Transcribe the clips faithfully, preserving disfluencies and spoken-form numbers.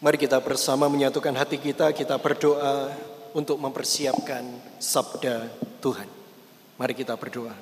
Mari kita bersama menyatukan hati kita, kita berdoa untuk mempersiapkan sabda Tuhan. Mari kita berdoa.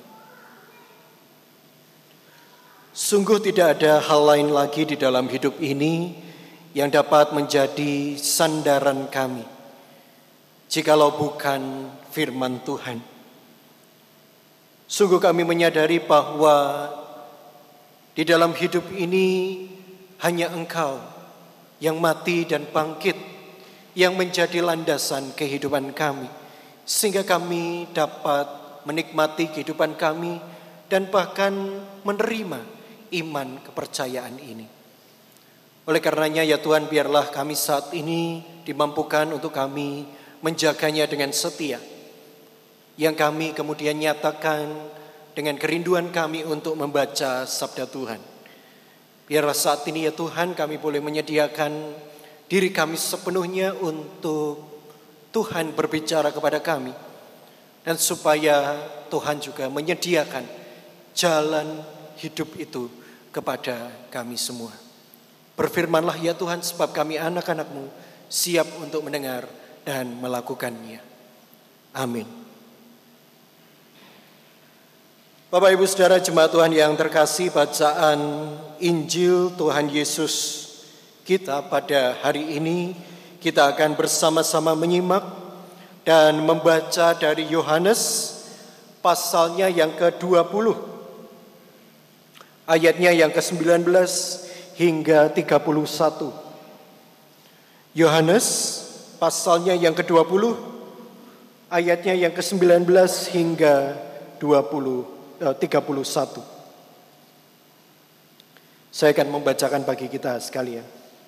Sungguh tidak ada hal lain lagi di dalam hidup ini yang dapat menjadi sandaran kami, jikalau bukan firman Tuhan. Sungguh kami menyadari bahwa di dalam hidup ini hanya Engkau yang mati dan bangkit, yang menjadi landasan kehidupan kami, sehingga kami dapat menikmati kehidupan kami dan bahkan menerima iman kepercayaan ini. Oleh karenanya ya Tuhan, biarlah kami saat ini dimampukan untuk kami menjaganya dengan setia, yang kami kemudian nyatakan dengan kerinduan kami untuk membaca sabda Tuhan. Biarlah saat ini ya Tuhan kami boleh menyediakan diri kami sepenuhnya untuk Tuhan berbicara kepada kami. Dan supaya Tuhan juga menyediakan jalan hidup itu kepada kami semua. Berfirmanlah ya Tuhan, sebab kami anak-anak-Mu siap untuk mendengar dan melakukannya. Amin. Bapak Ibu Saudara jemaat Tuhan yang terkasih, bacaan Injil Tuhan Yesus kita pada hari ini kita akan bersama-sama menyimak dan membaca dari Yohanes pasalnya yang ke dua puluh, ayatnya yang ke sembilan belas hingga tiga puluh satu. Yohanes pasalnya yang ke dua puluh, ayatnya yang ke sembilan belas hingga dua puluh. tiga puluh satu. Saya akan membacakan bagi kita sekalian.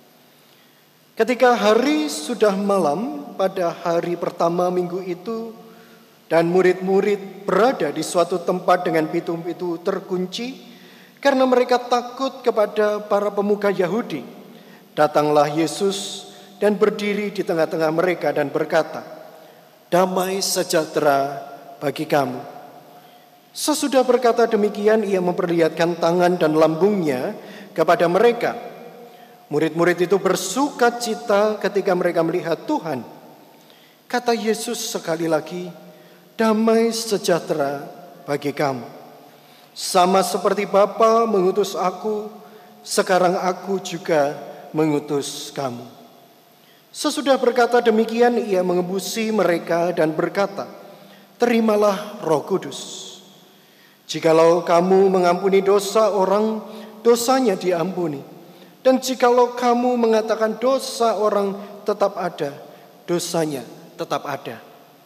Ketika hari sudah malam pada hari pertama minggu itu, dan murid-murid berada di suatu tempat dengan pintu-pintu terkunci karena mereka takut kepada para pemuka Yahudi, datanglah Yesus dan berdiri di tengah-tengah mereka dan berkata, "Damai sejahtera bagi kamu." Sesudah berkata demikian, ia memperlihatkan tangan dan lambungnya kepada mereka. Murid-murid itu bersuka cita ketika mereka melihat Tuhan. Kata Yesus sekali lagi, "Damai sejahtera bagi kamu. Sama seperti Bapa mengutus aku, sekarang aku juga mengutus kamu." Sesudah berkata demikian, ia mengembusi mereka dan berkata, "Terimalah Roh Kudus. Jikalau kamu mengampuni dosa orang, dosanya diampuni. Dan jikalau kamu mengatakan dosa orang tetap ada, dosanya tetap ada."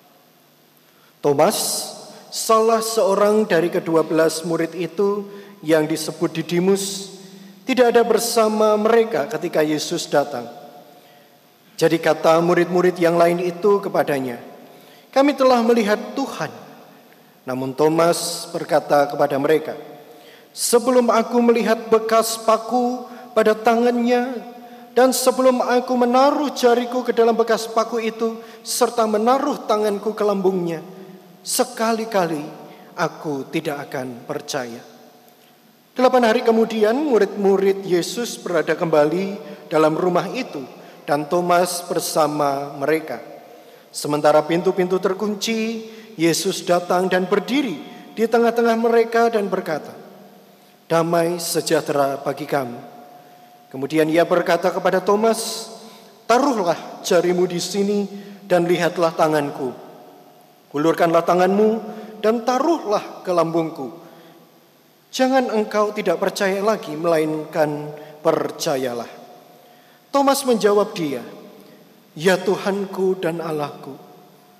Thomas, salah seorang dari kedua belas murid itu yang disebut Didimus, tidak ada bersama mereka ketika Yesus datang. Jadi kata murid-murid yang lain itu kepadanya, "Kami telah melihat Tuhan." Namun Thomas berkata kepada mereka, "Sebelum aku melihat bekas paku pada tangannya, dan sebelum aku menaruh jariku ke dalam bekas paku itu, serta menaruh tanganku ke lambungnya, sekali-kali aku tidak akan percaya." Delapan hari kemudian murid-murid Yesus berada kembali dalam rumah itu, dan Thomas bersama mereka. Sementara pintu-pintu terkunci, Yesus datang dan berdiri di tengah-tengah mereka dan berkata, "Damai sejahtera bagi kamu." Kemudian ia berkata kepada Thomas, "Taruhlah jarimu di sini dan lihatlah tanganku. Ulurkanlah tanganmu dan taruhlah ke lambungku. Jangan engkau tidak percaya lagi, melainkan percayalah." Thomas menjawab dia, "Ya Tuhanku dan Allahku."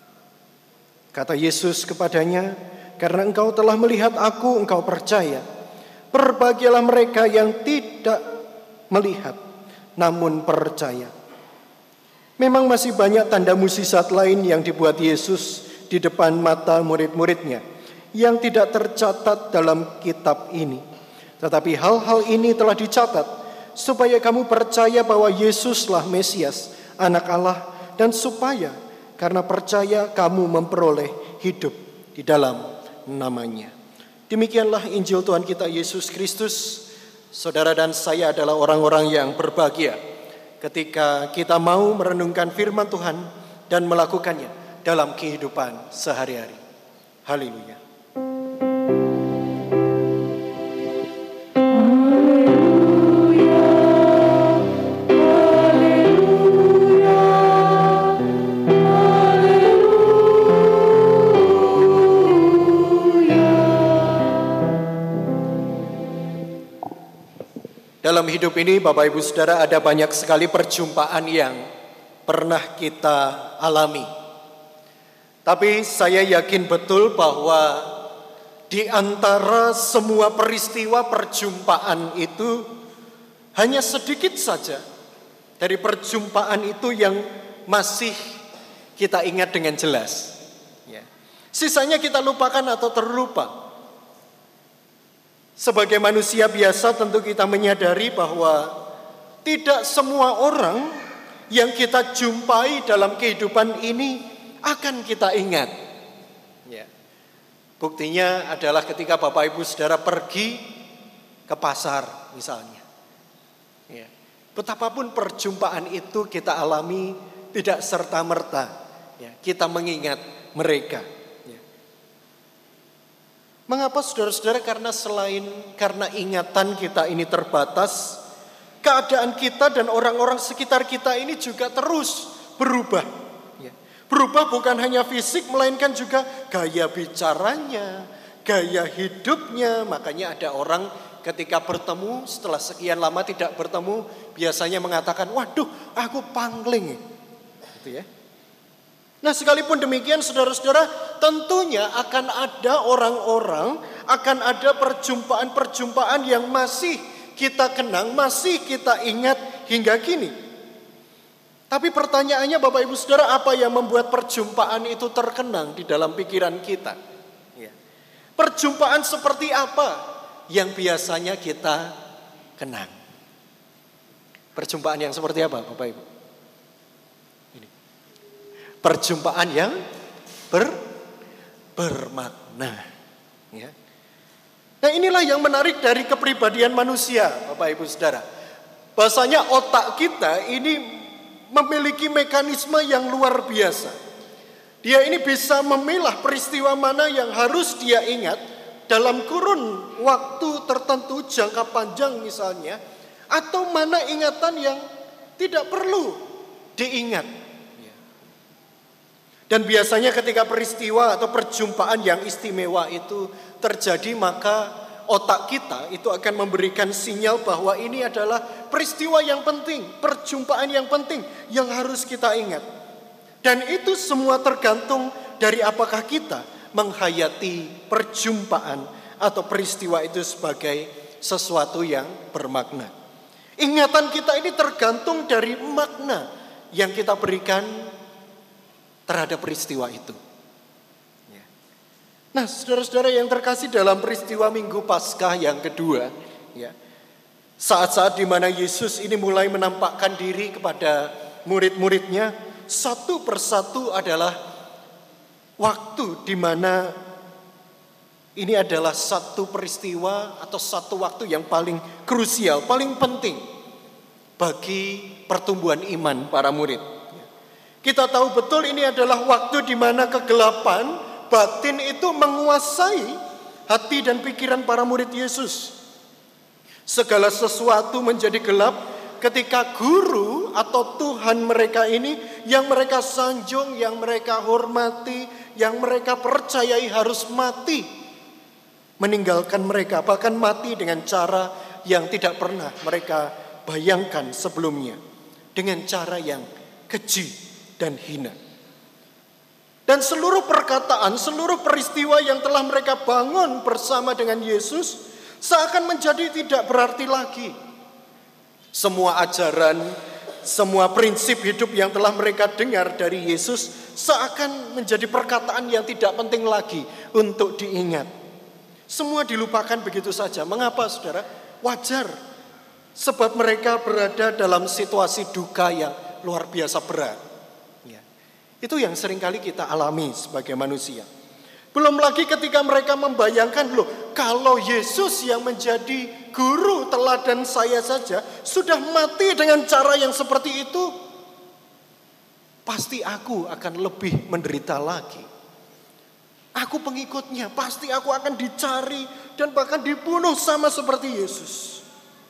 Kata Yesus kepadanya, "Karena engkau telah melihat aku, engkau percaya. Berbahagialah mereka yang tidak melihat, namun percaya." Memang masih banyak tanda mukjizat lain yang dibuat Yesus di depan mata murid-muridnya yang tidak tercatat dalam kitab ini. Tetapi hal-hal ini telah dicatat supaya kamu percaya bahwa Yesuslah Mesias, Anak Allah, dan supaya karena percaya kamu memperoleh hidup di dalam namanya. Demikianlah Injil Tuhan kita Yesus Kristus. Saudara dan saya adalah orang-orang yang berbahagia ketika kita mau merenungkan firman Tuhan dan melakukannya dalam kehidupan sehari-hari. Haleluya. Dalam hidup ini Bapak Ibu Saudara ada banyak sekali perjumpaan yang pernah kita alami. Tapi saya yakin betul bahwa di antara semua peristiwa perjumpaan itu hanya sedikit saja dari perjumpaan itu yang masih kita ingat dengan jelas. Ya. Sisanya kita lupakan atau terlupa. Sebagai manusia biasa tentu kita menyadari bahwa tidak semua orang yang kita jumpai dalam kehidupan ini akan kita ingat. Ya. Buktinya adalah ketika Bapak Ibu Saudara pergi ke pasar misalnya. Ya. Betapapun perjumpaan itu kita alami tidak serta-merta. Ya. Kita mengingat mereka. Mengapa saudara-saudara? Karena selain karena ingatan kita ini terbatas, keadaan kita dan orang-orang sekitar kita ini juga terus berubah. Ya. Berubah bukan hanya fisik, melainkan juga gaya bicaranya, gaya hidupnya. Makanya ada orang ketika bertemu, setelah sekian lama tidak bertemu, biasanya mengatakan, waduh aku pangling. Gitu ya. Nah sekalipun demikian saudara-saudara, tentunya akan ada orang-orang, akan ada perjumpaan-perjumpaan yang masih kita kenang, masih kita ingat hingga kini. Tapi pertanyaannya Bapak Ibu Saudara, apa yang membuat perjumpaan itu terkenang di dalam pikiran kita? Ya. Perjumpaan seperti apa yang biasanya kita kenang? Perjumpaan yang seperti apa Bapak Ibu? Perjumpaan yang ber, bermakna. Ya. Nah inilah yang menarik dari kepribadian manusia Bapak Ibu Saudara. Bahasanya otak kita ini memiliki mekanisme yang luar biasa. Dia ini bisa memilah peristiwa mana yang harus dia ingat dalam kurun waktu tertentu, jangka panjang misalnya. Atau mana ingatan yang tidak perlu diingat. Dan biasanya ketika peristiwa atau perjumpaan yang istimewa itu terjadi, maka otak kita itu akan memberikan sinyal bahwa ini adalah peristiwa yang penting, perjumpaan yang penting yang harus kita ingat. Dan itu semua tergantung dari apakah kita menghayati perjumpaan atau peristiwa itu sebagai sesuatu yang bermakna. Ingatan kita ini tergantung dari makna yang kita berikan terhadap peristiwa itu. Ya. Nah, saudara-saudara yang terkasih, dalam peristiwa Minggu Paskah yang kedua, ya, saat-saat di mana Yesus ini mulai menampakkan diri kepada murid-muridnya, satu persatu adalah waktu di mana ini adalah satu peristiwa atau satu waktu yang paling krusial, paling penting bagi pertumbuhan iman para murid. Kita tahu betul ini adalah waktu di mana kegelapan batin itu menguasai hati dan pikiran para murid Yesus. Segala sesuatu menjadi gelap ketika guru atau Tuhan mereka ini yang mereka sanjung, yang mereka hormati, yang mereka percayai harus mati, meninggalkan mereka, bahkan mati dengan cara yang tidak pernah mereka bayangkan sebelumnya, dengan cara yang keji dan hina. Dan seluruh perkataan, seluruh peristiwa yang telah mereka bangun bersama dengan Yesus seakan menjadi tidak berarti lagi. Semua ajaran, semua prinsip hidup yang telah mereka dengar dari Yesus seakan menjadi perkataan yang tidak penting lagi untuk diingat. Semua dilupakan begitu saja. Mengapa saudara? Wajar. Sebab mereka berada dalam situasi duka yang luar biasa berat. Itu yang seringkali kita alami sebagai manusia. Belum lagi ketika mereka membayangkan, loh, kalau Yesus yang menjadi guru teladan saya saja sudah mati dengan cara yang seperti itu, pasti aku akan lebih menderita lagi. Aku pengikutnya, pasti aku akan dicari dan bahkan dibunuh sama seperti Yesus.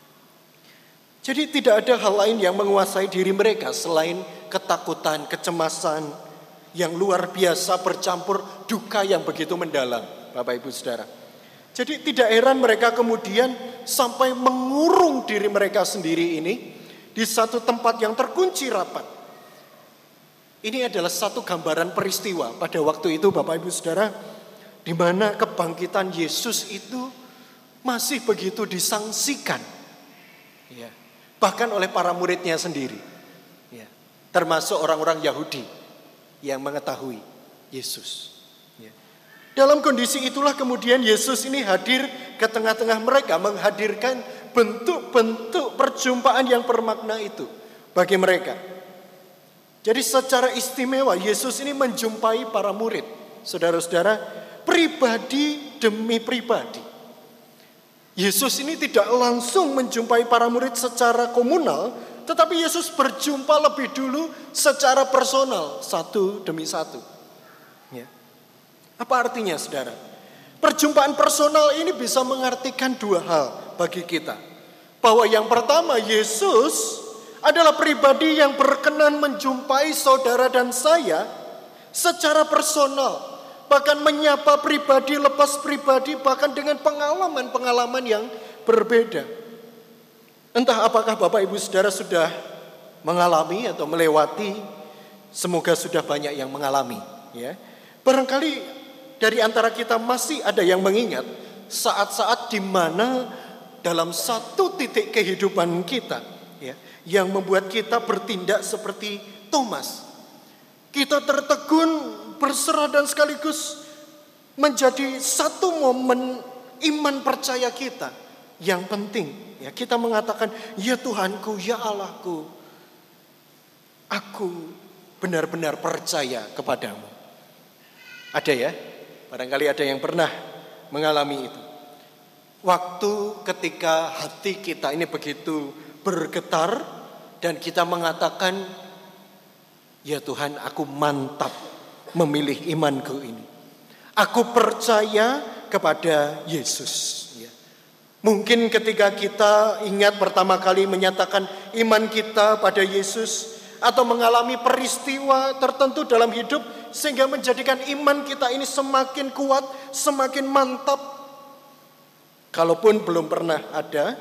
Jadi tidak ada hal lain yang menguasai diri mereka selain ketakutan, kecemasan yang luar biasa bercampur duka yang begitu mendalam, Bapak Ibu Saudara. Jadi tidak heran mereka kemudian sampai mengurung diri mereka sendiri ini di satu tempat yang terkunci rapat. Ini adalah satu gambaran peristiwa pada waktu itu, Bapak Ibu Saudara, di mana kebangkitan Yesus itu masih begitu disangsikan, ya, bahkan oleh para muridnya sendiri, ya, termasuk orang-orang Yahudi yang mengetahui Yesus. Ya. Dalam kondisi itulah kemudian Yesus ini hadir ke tengah-tengah mereka, menghadirkan bentuk-bentuk perjumpaan yang bermakna itu bagi mereka. Jadi secara istimewa Yesus ini menjumpai para murid, saudara-saudara, pribadi demi pribadi. Yesus ini tidak langsung menjumpai para murid secara komunal, tetapi Yesus berjumpa lebih dulu secara personal, satu demi satu. Ya. Apa artinya, saudara? Perjumpaan personal ini bisa mengartikan dua hal bagi kita. Bahwa yang pertama, Yesus adalah pribadi yang berkenan menjumpai saudara dan saya secara personal. Bahkan menyapa pribadi, lepas pribadi, bahkan dengan pengalaman-pengalaman yang berbeda. Entah apakah Bapak Ibu Saudara sudah mengalami atau melewati, semoga sudah banyak yang mengalami. Ya. Barangkali dari antara kita masih ada yang mengingat saat-saat di mana dalam satu titik kehidupan kita, ya, yang membuat kita bertindak seperti Thomas. Kita tertegun, berserah dan sekaligus menjadi satu momen iman percaya kita yang penting. Ya, kita mengatakan, ya Tuhanku, ya Allahku, aku benar-benar percaya kepadamu. Ada ya? Barangkali ada yang pernah mengalami itu. Waktu ketika hati kita ini begitu bergetar dan kita mengatakan, ya Tuhan, aku mantap memilih imanku ini. Aku percaya kepada Yesus. Ya. Mungkin ketika kita ingat pertama kali menyatakan iman kita pada Yesus, atau mengalami peristiwa tertentu dalam hidup sehingga menjadikan iman kita ini semakin kuat, semakin mantap. Kalaupun belum pernah ada,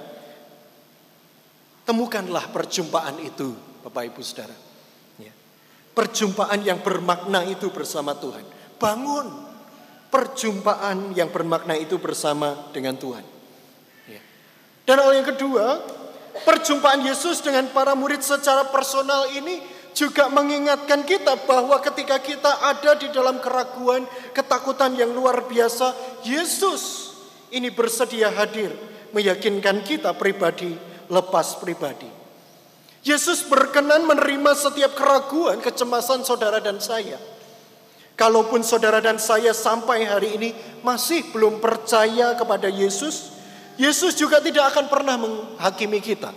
temukanlah perjumpaan itu, Bapak Ibu Saudara. Ya. Perjumpaan yang bermakna itu bersama Tuhan. Bangun perjumpaan yang bermakna itu bersama dengan Tuhan. Ya. Dan hal yang kedua, perjumpaan Yesus dengan para murid secara personal ini juga mengingatkan kita bahwa ketika kita ada di dalam keraguan, ketakutan yang luar biasa, Yesus ini bersedia hadir meyakinkan kita pribadi lepas pribadi. Yesus berkenan menerima setiap keraguan, kecemasan saudara dan saya. Kalaupun saudara dan saya sampai hari ini masih belum percaya kepada Yesus, Yesus juga tidak akan pernah menghakimi kita.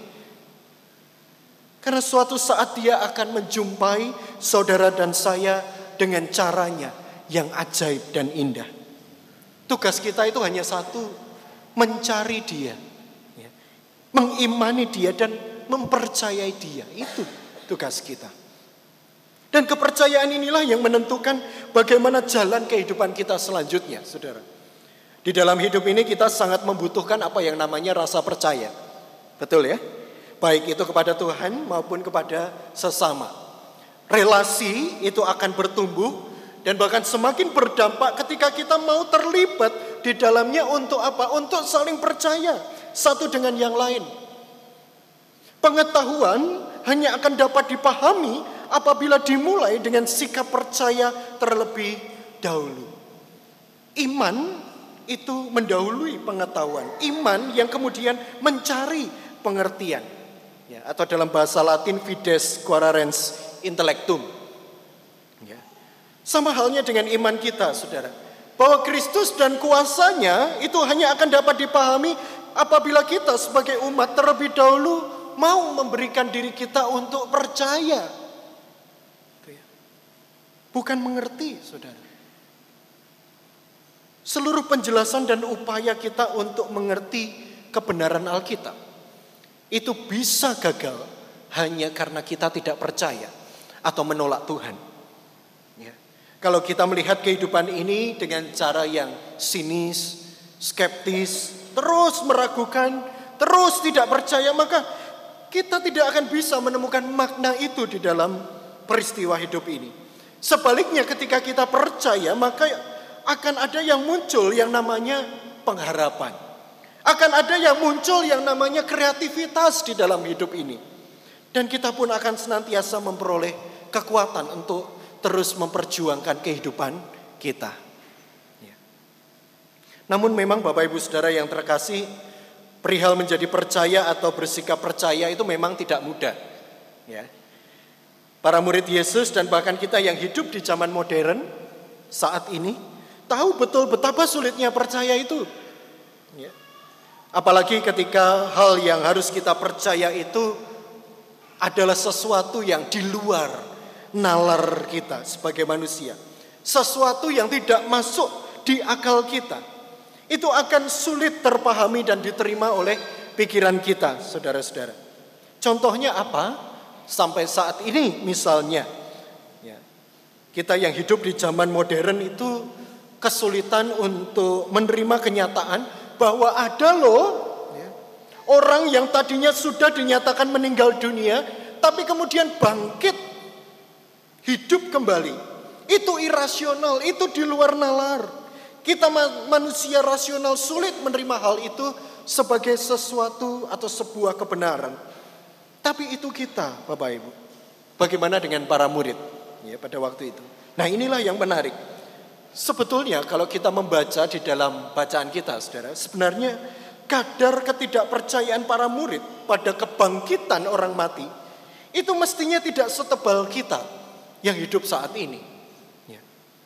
Karena suatu saat dia akan menjumpai saudara dan saya dengan caranya yang ajaib dan indah. Tugas kita itu hanya satu, mencari dia, ya, mengimani dia dan mempercayai dia. Itu tugas kita. Dan kepercayaan inilah yang menentukan bagaimana jalan kehidupan kita selanjutnya, saudara. Di dalam hidup ini kita sangat membutuhkan apa yang namanya rasa percaya. Betul ya? Baik itu kepada Tuhan maupun kepada sesama. Relasi itu akan bertumbuh dan bahkan semakin berdampak ketika kita mau terlibat di dalamnya untuk apa? Untuk saling percaya satu dengan yang lain. Pengetahuan hanya akan dapat dipahami apabila dimulai dengan sikap percaya terlebih dahulu. Iman itu mendahului pengetahuan. Iman yang kemudian mencari pengertian. Ya, atau dalam bahasa Latin fides quaerens intellectum. Ya. Sama halnya dengan iman kita, saudara. bahwa Kristus dan kuasanya itu hanya akan dapat dipahami apabila kita sebagai umat terlebih dahulu mau memberikan diri kita untuk percaya. Bukan mengerti, saudara. Seluruh penjelasan dan upaya kita untuk mengerti kebenaran Alkitab itu bisa gagal hanya karena kita tidak percaya atau menolak Tuhan. Ya. Kalau kita melihat kehidupan ini dengan cara yang sinis, skeptis, terus meragukan, terus tidak percaya, maka kita tidak akan bisa menemukan makna itu di dalam peristiwa hidup ini. Sebaliknya ketika kita percaya, maka akan ada yang muncul yang namanya pengharapan. Akan ada yang muncul yang namanya kreativitas di dalam hidup ini. Dan kita pun akan senantiasa memperoleh kekuatan untuk terus memperjuangkan kehidupan kita. Ya. Namun memang Bapak Ibu Saudara yang terkasih, perihal menjadi percaya atau bersikap percaya itu memang tidak mudah. Ya. Para murid Yesus dan bahkan kita yang hidup di zaman modern saat ini tahu betul betapa sulitnya percaya itu. Ya. Apalagi ketika hal yang harus kita percaya itu adalah sesuatu yang di luar nalar kita sebagai manusia. Sesuatu yang tidak masuk di akal kita. Itu akan sulit terpahami dan diterima oleh pikiran kita, saudara-saudara. Contohnya apa? Sampai saat ini misalnya, ya, kita yang hidup di zaman modern itu kesulitan untuk menerima kenyataan bahwa ada loh ya, orang yang tadinya sudah dinyatakan meninggal dunia, tapi kemudian bangkit, hidup kembali. Itu irasional, itu di luar nalar. Kita manusia rasional sulit menerima hal itu sebagai sesuatu atau sebuah kebenaran. Tapi itu kita, Bapak Ibu. Bagaimana dengan para murid ya, pada waktu itu? Nah, inilah yang menarik. Sebetulnya kalau kita membaca di dalam bacaan kita, saudara, sebenarnya kadar ketidakpercayaan para murid pada kebangkitan orang mati itu mestinya tidak setebal kita yang hidup saat ini. Ya.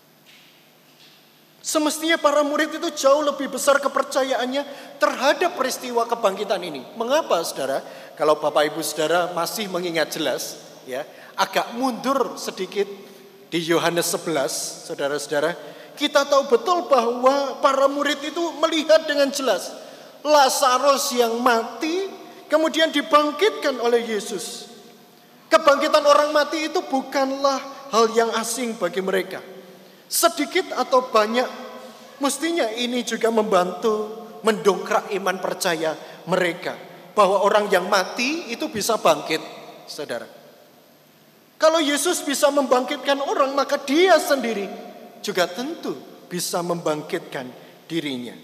Semestinya para murid itu jauh lebih besar kepercayaannya terhadap peristiwa kebangkitan ini. Mengapa, saudara? Kalau Bapak Ibu Saudara masih mengingat jelas, ya, agak mundur sedikit di Yohanes sebelas, saudara-saudara, kita tahu betul bahwa para murid itu melihat dengan jelas Lazarus yang mati kemudian dibangkitkan oleh Yesus. Kebangkitan orang mati itu bukanlah hal yang asing bagi mereka. Sedikit atau banyak, mestinya ini juga membantu mendongkrak iman percaya mereka. Bahwa orang yang mati itu bisa bangkit, saudara. Kalau Yesus bisa membangkitkan orang, maka dia sendiri juga tentu bisa membangkitkan dirinya.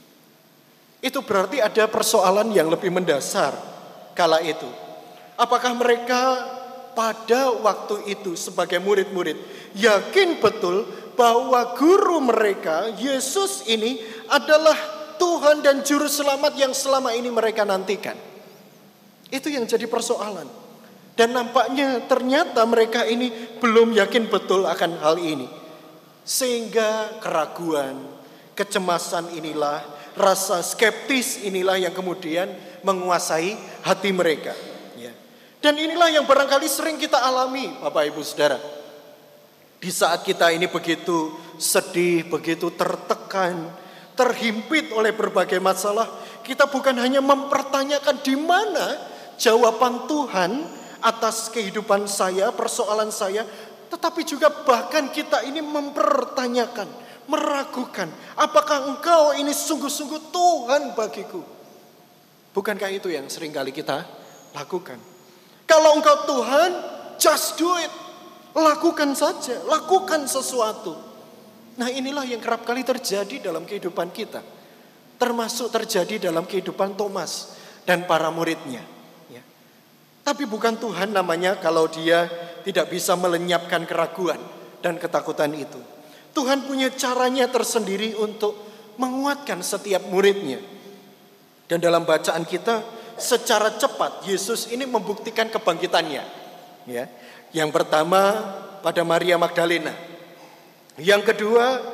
Itu berarti ada persoalan yang lebih mendasar kala itu. Apakah mereka pada waktu itu sebagai murid-murid yakin betul bahwa guru mereka, Yesus ini adalah Tuhan dan Juru Selamat yang selama ini mereka nantikan? Itu yang jadi persoalan. Dan nampaknya ternyata mereka ini belum yakin betul akan hal ini. Sehingga keraguan, kecemasan inilah, rasa skeptis inilah yang kemudian menguasai hati mereka. Ya. Dan inilah yang barangkali sering kita alami, Bapak Ibu Saudara. Di saat kita ini begitu sedih, begitu tertekan, terhimpit oleh berbagai masalah, kita bukan hanya mempertanyakan di mana jawaban Tuhan atas kehidupan saya, persoalan saya, tetapi juga bahkan kita ini mempertanyakan, meragukan, apakah engkau ini sungguh-sungguh Tuhan bagiku? Bukankah itu yang seringkali kita lakukan? Kalau engkau Tuhan, just do it. Lakukan saja, lakukan sesuatu. Nah, inilah yang kerap kali terjadi dalam kehidupan kita. Termasuk terjadi dalam kehidupan Thomas dan para muridnya. Ya. Tapi bukan Tuhan namanya kalau dia tidak bisa melenyapkan keraguan dan ketakutan itu. Tuhan punya caranya tersendiri untuk menguatkan setiap muridnya. Dan dalam bacaan kita secara cepat Yesus ini membuktikan kebangkitannya. Ya. Yang pertama pada Maria Magdalena. Yang kedua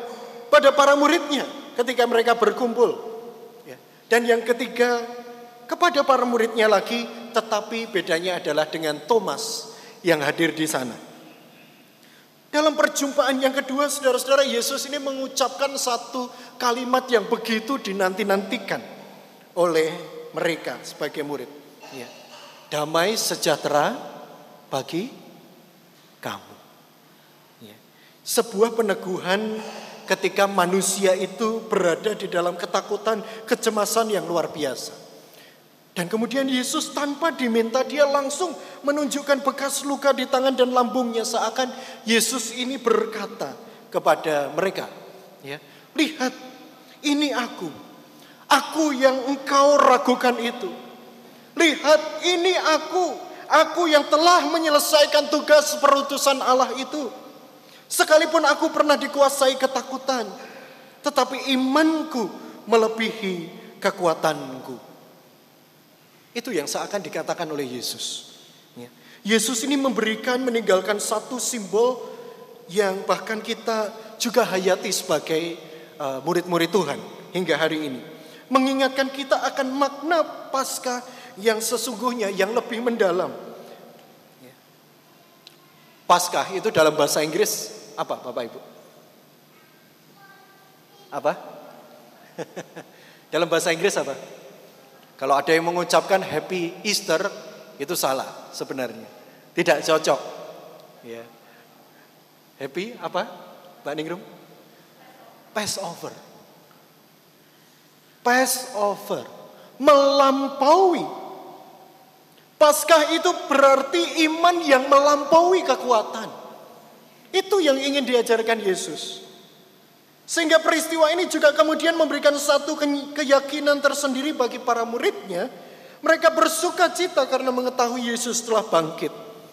pada para muridnya ketika mereka berkumpul. Ya. Dan yang ketiga, kepada para muridnya lagi, tetapi bedanya adalah dengan Thomas yang hadir di sana. Dalam perjumpaan yang kedua, saudara-saudara, Yesus ini mengucapkan satu kalimat yang begitu dinanti-nantikan oleh mereka sebagai murid. Ya. Damai sejahtera bagi kamu. Ya. Sebuah peneguhan ketika manusia itu berada di dalam ketakutan, kecemasan yang luar biasa. Dan kemudian Yesus tanpa diminta, dia langsung menunjukkan bekas luka di tangan dan lambungnya. Seakan Yesus ini berkata kepada mereka, ya, lihat, ini aku. Aku yang engkau ragukan itu. Lihat, ini aku. Aku yang telah menyelesaikan tugas perutusan Allah itu. Sekalipun aku pernah dikuasai ketakutan, tetapi imanku melebihi kekuatanku. Itu yang seakan dikatakan oleh Yesus. Yesus ini memberikan, meninggalkan satu simbol yang bahkan kita juga hayati sebagai uh, murid-murid Tuhan hingga hari ini. Mengingatkan kita akan makna Paskah yang sesungguhnya, yang lebih mendalam. Paskah itu dalam bahasa Inggris apa, Bapak Ibu? Apa? Dalam bahasa Inggris apa? Kalau ada yang mengucapkan Happy Easter, itu salah sebenarnya. Tidak cocok. Ya. Happy apa, Mbak Ningrum? Passover. Passover. Melampaui. Paskah itu berarti iman yang melampaui kekuatan. Itu yang ingin diajarkan Yesus. Sehingga peristiwa ini juga kemudian memberikan satu keyakinan tersendiri bagi para muridnya. Mereka bersuka cita karena mengetahui Yesus telah bangkit.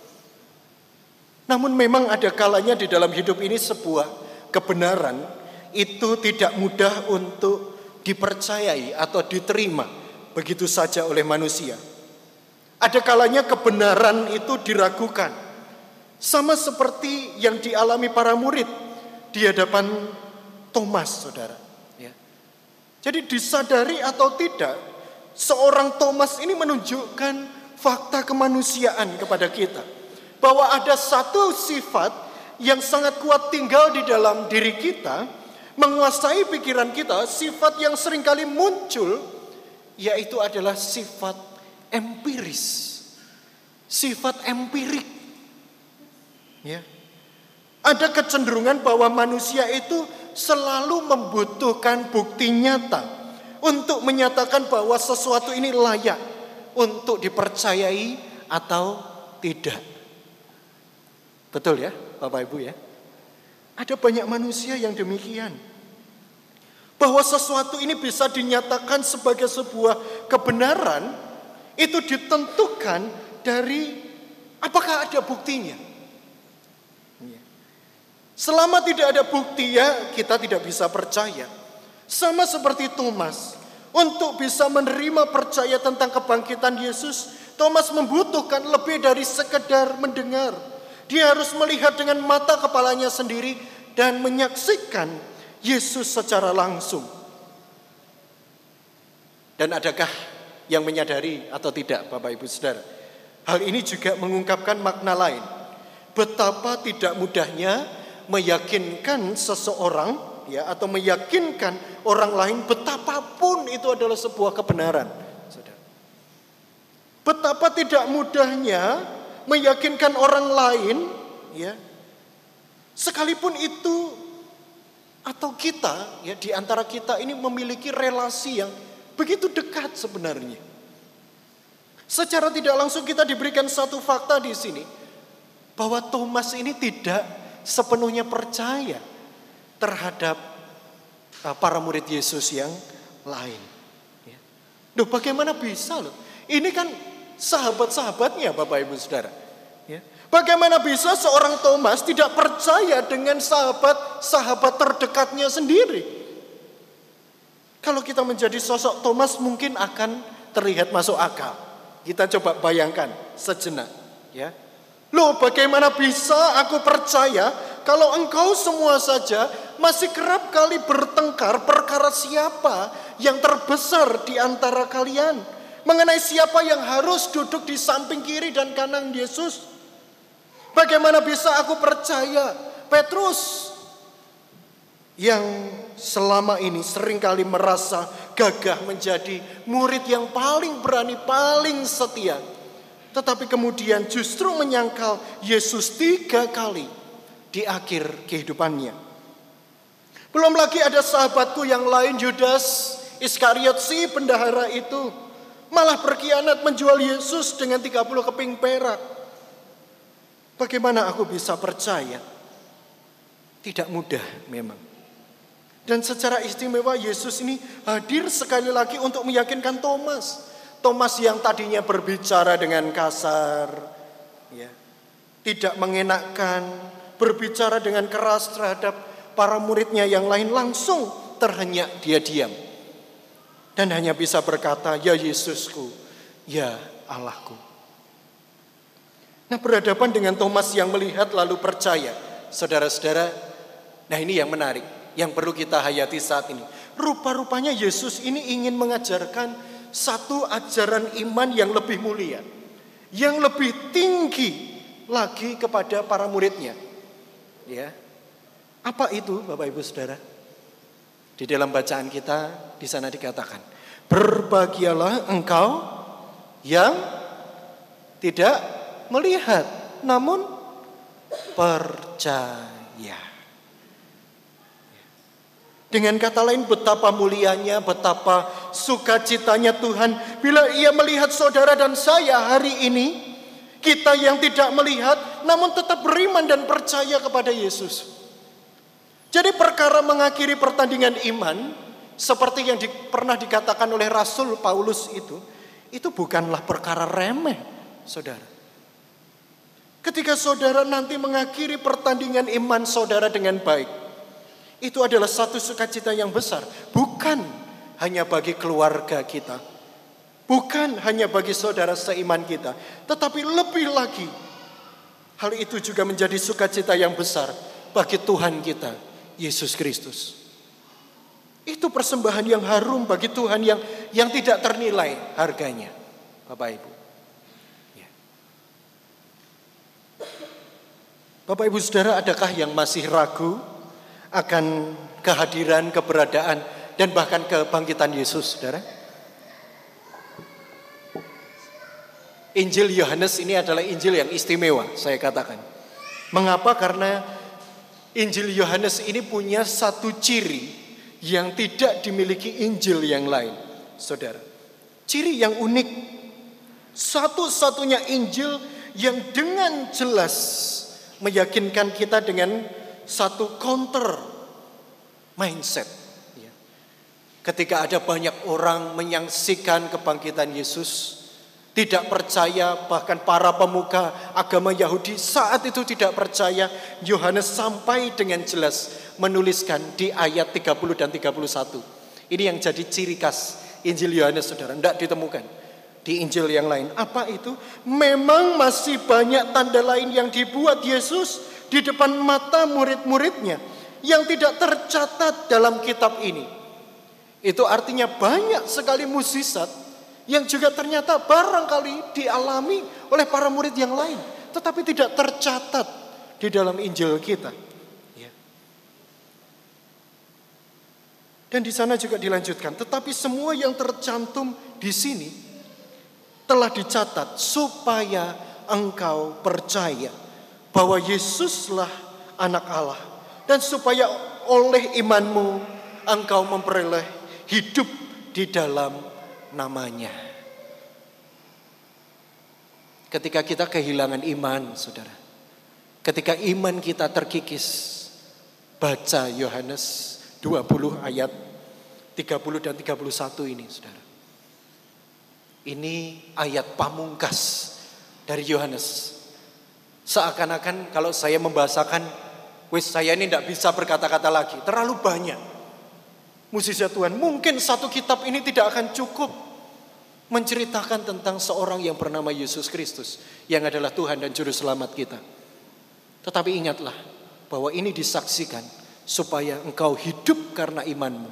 Namun memang ada kalanya di dalam hidup ini sebuah kebenaran itu tidak mudah untuk dipercayai atau diterima begitu saja oleh manusia. Ada kalanya kebenaran itu diragukan. Sama seperti yang dialami para murid di hadapan Thomas, saudara. Ya. Jadi disadari atau tidak, seorang Thomas ini menunjukkan fakta kemanusiaan kepada kita. Bahwa ada satu sifat yang sangat kuat tinggal di dalam diri kita, menguasai pikiran kita, sifat yang seringkali muncul, yaitu adalah sifat empiris. Sifat empirik. Ya. Ada kecenderungan bahwa manusia itu selalu membutuhkan bukti nyata untuk menyatakan bahwa sesuatu ini layak untuk dipercayai atau tidak. Betul ya, Bapak Ibu ya? Ada banyak manusia yang demikian. Bahwa sesuatu ini bisa dinyatakan sebagai sebuah kebenaran, itu ditentukan dari apakah ada buktinya. Selama tidak ada bukti, ya kita tidak bisa percaya. Sama seperti Thomas. Untuk bisa menerima percaya tentang kebangkitan Yesus, Thomas membutuhkan lebih dari sekedar mendengar. Dia harus melihat dengan mata kepalanya sendiri dan menyaksikan Yesus secara langsung. Dan adakah yang menyadari atau tidak, Bapak Ibu Saudara? Hal ini juga mengungkapkan makna lain. Betapa tidak mudahnya meyakinkan seseorang, ya, atau meyakinkan orang lain betapapun itu adalah sebuah kebenaran. Saudara. Betapa tidak mudahnya meyakinkan orang lain, ya, sekalipun itu atau kita, ya, di antara kita ini memiliki relasi yang begitu dekat sebenarnya. Secara tidak langsung kita diberikan satu fakta di sini bahwa Thomas ini tidak sepenuhnya percaya terhadap para murid Yesus yang lain. Loh, bagaimana bisa loh? Ini kan sahabat-sahabatnya, Bapak Ibu Saudara. Bagaimana bisa seorang Thomas tidak percaya dengan sahabat-sahabat terdekatnya sendiri? Kalau kita menjadi sosok Thomas mungkin akan terlihat masuk akal. Kita coba bayangkan sejenak, ya. Loh, bagaimana bisa aku percaya kalau engkau semua saja masih kerap kali bertengkar perkara siapa yang terbesar di antara kalian, mengenai siapa yang harus duduk di samping kiri dan kanan Yesus. Bagaimana bisa aku percaya Petrus yang selama ini seringkali merasa gagah menjadi murid yang paling berani, paling setia, tetapi kemudian justru menyangkal Yesus tiga kali di akhir kehidupannya. Belum lagi ada sahabatku yang lain, Yudas Iskariot si bendahara itu malah berkhianat menjual Yesus dengan tiga puluh keping perak. Bagaimana aku bisa percaya? Tidak mudah memang. Dan secara istimewa Yesus ini hadir sekali lagi untuk meyakinkan Thomas. Thomas yang tadinya berbicara dengan kasar, ya, tidak mengenakkan, berbicara dengan keras terhadap para muridnya yang lain, langsung terhenyak dia diam. Dan hanya bisa berkata, ya Yesusku, ya Allahku. Nah, berhadapan dengan Thomas yang melihat lalu percaya, saudara-saudara, nah ini yang menarik, yang perlu kita hayati saat ini. Rupa-rupanya Yesus ini ingin mengajarkan satu ajaran iman yang lebih mulia, yang lebih tinggi lagi kepada para muridnya. Ya, apa itu, Bapak Ibu Saudara? Di dalam bacaan kita di sana dikatakan, berbahagialah engkau yang tidak melihat, namun percaya. Dengan kata lain, betapa mulianya, betapa sukacitanya Tuhan bila Ia melihat saudara dan saya hari ini, kita yang tidak melihat namun tetap beriman dan percaya kepada Yesus. Jadi perkara mengakhiri pertandingan iman, seperti yang di, pernah dikatakan oleh Rasul Paulus itu, itu bukanlah perkara remeh, saudara. Ketika saudara nanti mengakhiri pertandingan iman saudara dengan baik, itu adalah satu sukacita yang besar. Bukan hanya bagi keluarga kita, bukan hanya bagi saudara seiman kita, tetapi lebih lagi, hal itu juga menjadi sukacita yang besar bagi Tuhan kita, Yesus Kristus. Itu persembahan yang harum bagi Tuhan yang yang tidak ternilai harganya, Bapak Ibu. Ya. Bapak Ibu Saudara, adakah yang masih ragu akan kehadiran, keberadaan, dan bahkan kebangkitan Yesus, saudara? Injil Yohanes ini adalah Injil yang istimewa, saya katakan. Mengapa? Karena Injil Yohanes ini punya satu ciri yang tidak dimiliki Injil yang lain, saudara. Ciri yang unik. Satu-satunya Injil yang dengan jelas meyakinkan kita dengan satu counter mindset. Ketika ada banyak orang menyaksikan kebangkitan Yesus, tidak percaya, bahkan para pemuka agama Yahudi saat itu tidak percaya, Yohanes sampai dengan jelas menuliskan di ayat tiga puluh dan tiga puluh satu. Ini yang jadi ciri khas Injil Yohanes, saudara. Tidak ditemukan di Injil yang lain. Apa itu? Memang masih banyak tanda lain yang dibuat Yesus di depan mata murid-muridnya yang tidak tercatat dalam kitab ini. Itu artinya banyak sekali mukjizat yang juga ternyata barangkali dialami oleh para murid yang lain, tetapi tidak tercatat di dalam Injil kita. Ya. Dan di sana juga dilanjutkan, tetapi semua yang tercantum di sini telah dicatat supaya engkau percaya bahwa Yesuslah anak Allah, dan supaya oleh imanmu engkau memperoleh hidup di dalam namanya. Ketika kita kehilangan iman, saudara, ketika iman kita terkikis, baca Yohanes dua puluh ayat tiga puluh dan tiga puluh satu ini, saudara. Ini ayat pamungkas dari Yohanes. Seakan-akan kalau saya membahasakan, wis saya ini tidak bisa berkata-kata lagi, terlalu banyak mukjizat Tuhan. Mungkin satu kitab ini tidak akan cukup menceritakan tentang seorang yang bernama Yesus Kristus, yang adalah Tuhan dan Juru Selamat kita. Tetapi ingatlah, bahwa ini disaksikan supaya engkau hidup karena imanmu.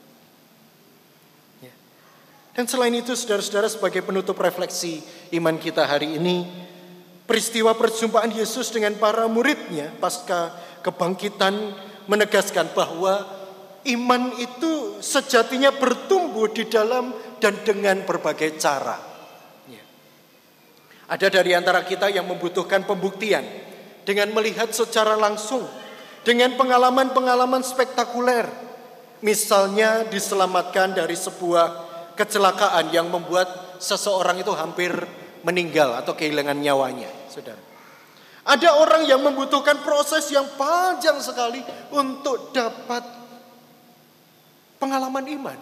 Ya. Dan selain itu saudara-saudara, sebagai penutup refleksi iman kita hari ini, peristiwa perjumpaan Yesus dengan para muridnya pasca kebangkitan menegaskan bahwa iman itu sejatinya bertumbuh di dalam dan dengan berbagai cara. Ya. Ada dari antara kita yang membutuhkan pembuktian dengan melihat secara langsung, dengan pengalaman-pengalaman spektakuler. Misalnya diselamatkan dari sebuah kecelakaan yang membuat seseorang itu hampir meninggal atau kehilangan nyawanya, saudara. Ada orang yang membutuhkan proses yang panjang sekali untuk dapat pengalaman iman.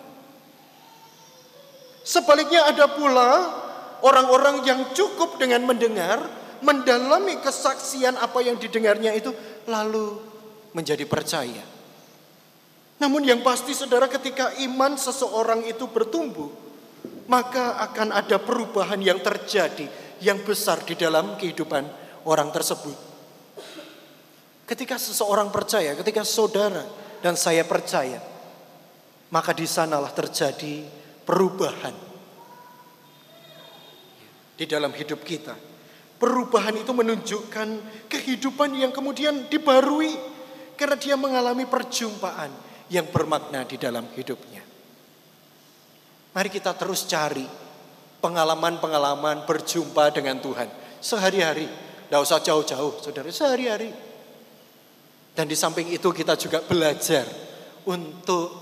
Sebaliknya ada pula orang-orang yang cukup dengan mendengar, mendalami kesaksian apa yang didengarnya itu, lalu menjadi percaya. Namun yang pasti saudara, ketika iman seseorang itu bertumbuh, maka akan ada perubahan yang terjadi yang besar di dalam kehidupan orang tersebut. Ketika seseorang percaya, ketika saudara dan saya percaya, maka di sanalah terjadi perubahan di dalam hidup kita. Perubahan itu menunjukkan kehidupan yang kemudian dibarui karena dia mengalami perjumpaan yang bermakna di dalam hidupnya. Mari kita terus cari pengalaman-pengalaman berjumpa dengan Tuhan sehari-hari. Tidak usah jauh-jauh, saudara, sehari-hari. Dan di samping itu kita juga belajar untuk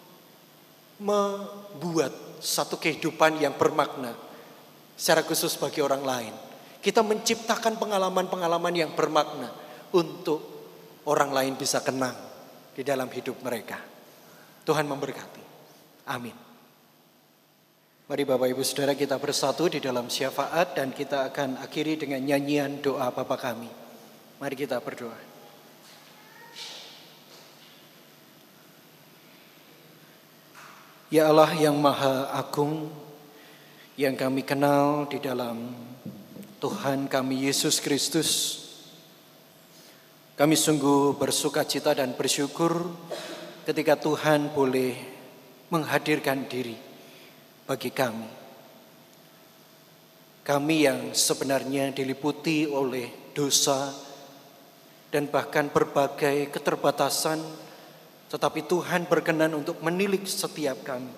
membuat satu kehidupan yang bermakna secara khusus bagi orang lain. Kita menciptakan pengalaman-pengalaman yang bermakna untuk orang lain bisa kenang di dalam hidup mereka. Tuhan memberkati. Amin. Mari Bapak Ibu Saudara kita bersatu di dalam syafaat dan kita akan akhiri dengan nyanyian doa Bapa Kami. Mari kita berdoa. Ya Allah yang Maha Agung, yang kami kenal di dalam Tuhan kami Yesus Kristus, kami sungguh bersuka cita dan bersyukur ketika Tuhan boleh menghadirkan diri bagi kami. Kami yang sebenarnya diliputi oleh dosa dan bahkan berbagai keterbatasan, tetapi Tuhan berkenan untuk menilik setiap kami.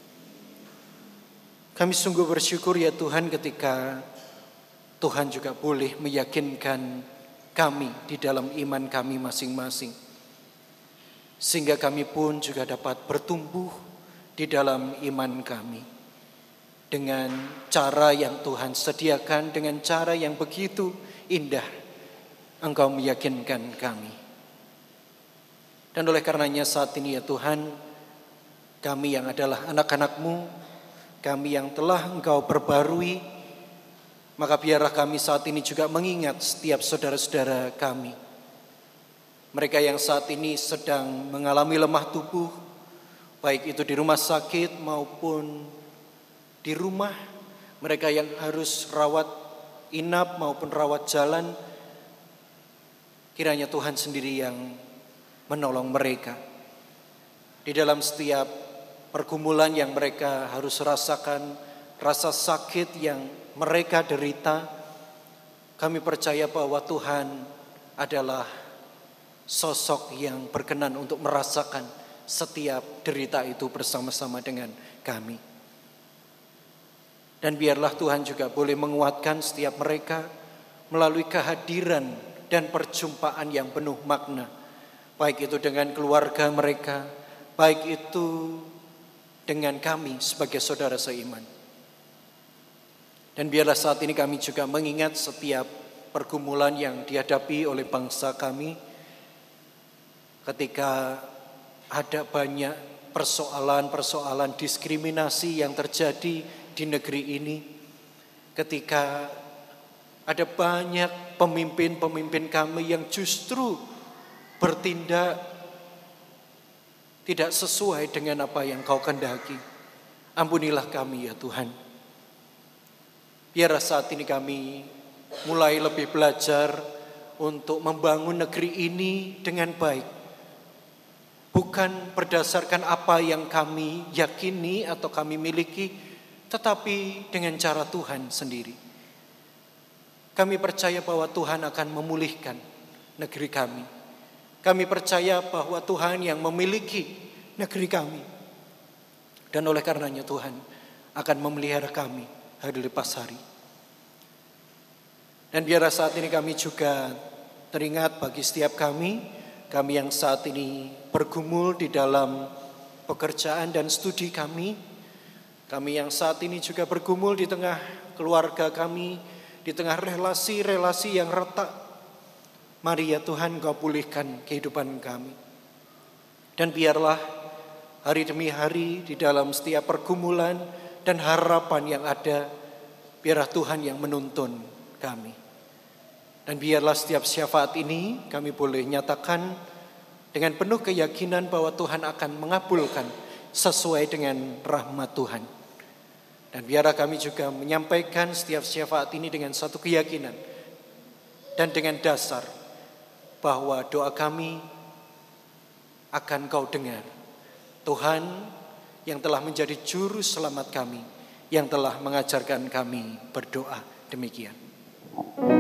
Kami sungguh bersyukur ya Tuhan ketika Tuhan juga boleh meyakinkan kami di dalam iman kami masing-masing. Sehingga kami pun juga dapat bertumbuh di dalam iman kami. Dengan cara yang Tuhan sediakan, dengan cara yang begitu indah, Engkau meyakinkan kami. Dan oleh karenanya saat ini ya Tuhan, kami yang adalah anak-anak-Mu, kami yang telah Engkau perbarui, maka biarlah kami saat ini juga mengingat setiap saudara-saudara kami. Mereka yang saat ini sedang mengalami lemah tubuh, baik itu di rumah sakit maupun di rumah. Mereka yang harus rawat inap maupun rawat jalan, kiranya Tuhan sendiri yang menolong mereka. Di dalam setiap pergumulan yang mereka harus rasakan, rasa sakit yang mereka derita, kami percaya bahwa Tuhan adalah sosok yang berkenan untuk merasakan setiap derita itu bersama-sama dengan kami. Dan biarlah Tuhan juga boleh menguatkan setiap mereka melalui kehadiran dan perjumpaan yang penuh makna, baik itu dengan keluarga mereka, baik itu dengan kami sebagai saudara seiman. Dan biarlah saat ini kami juga mengingat setiap pergumulan yang dihadapi oleh bangsa kami, ketika ada banyak persoalan-persoalan diskriminasi yang terjadi di negeri ini, ketika ada banyak pemimpin-pemimpin kami yang justru bertindak tidak sesuai dengan apa yang Kau kehendaki. Ampunilah kami ya Tuhan. Biarlah saat ini kami mulai lebih belajar untuk membangun negeri ini dengan baik. Bukan berdasarkan apa yang kami yakini atau kami miliki, tetapi dengan cara Tuhan sendiri. Kami percaya bahwa Tuhan akan memulihkan negeri kami. Kami percaya bahwa Tuhan yang memiliki negeri kami. Dan oleh karenanya Tuhan akan memelihara kami hari lepas hari. Dan biarlah saat ini kami juga teringat bagi setiap kami, kami yang saat ini bergumul di dalam pekerjaan dan studi kami, kami yang saat ini juga bergumul di tengah keluarga kami, di tengah relasi-relasi yang retak. Mari ya Tuhan, Kau pulihkan kehidupan kami. Dan biarlah hari demi hari di dalam setiap pergumulan dan harapan yang ada, biarlah Tuhan yang menuntun kami. Dan biarlah setiap syafaat ini kami boleh nyatakan dengan penuh keyakinan bahwa Tuhan akan mengabulkan sesuai dengan rahmat Tuhan. Dan biarlah kami juga menyampaikan setiap syafaat ini dengan satu keyakinan dan dengan dasar bahwa doa kami akan Kau dengar. Tuhan yang telah menjadi juru selamat kami, yang telah mengajarkan kami berdoa demikian.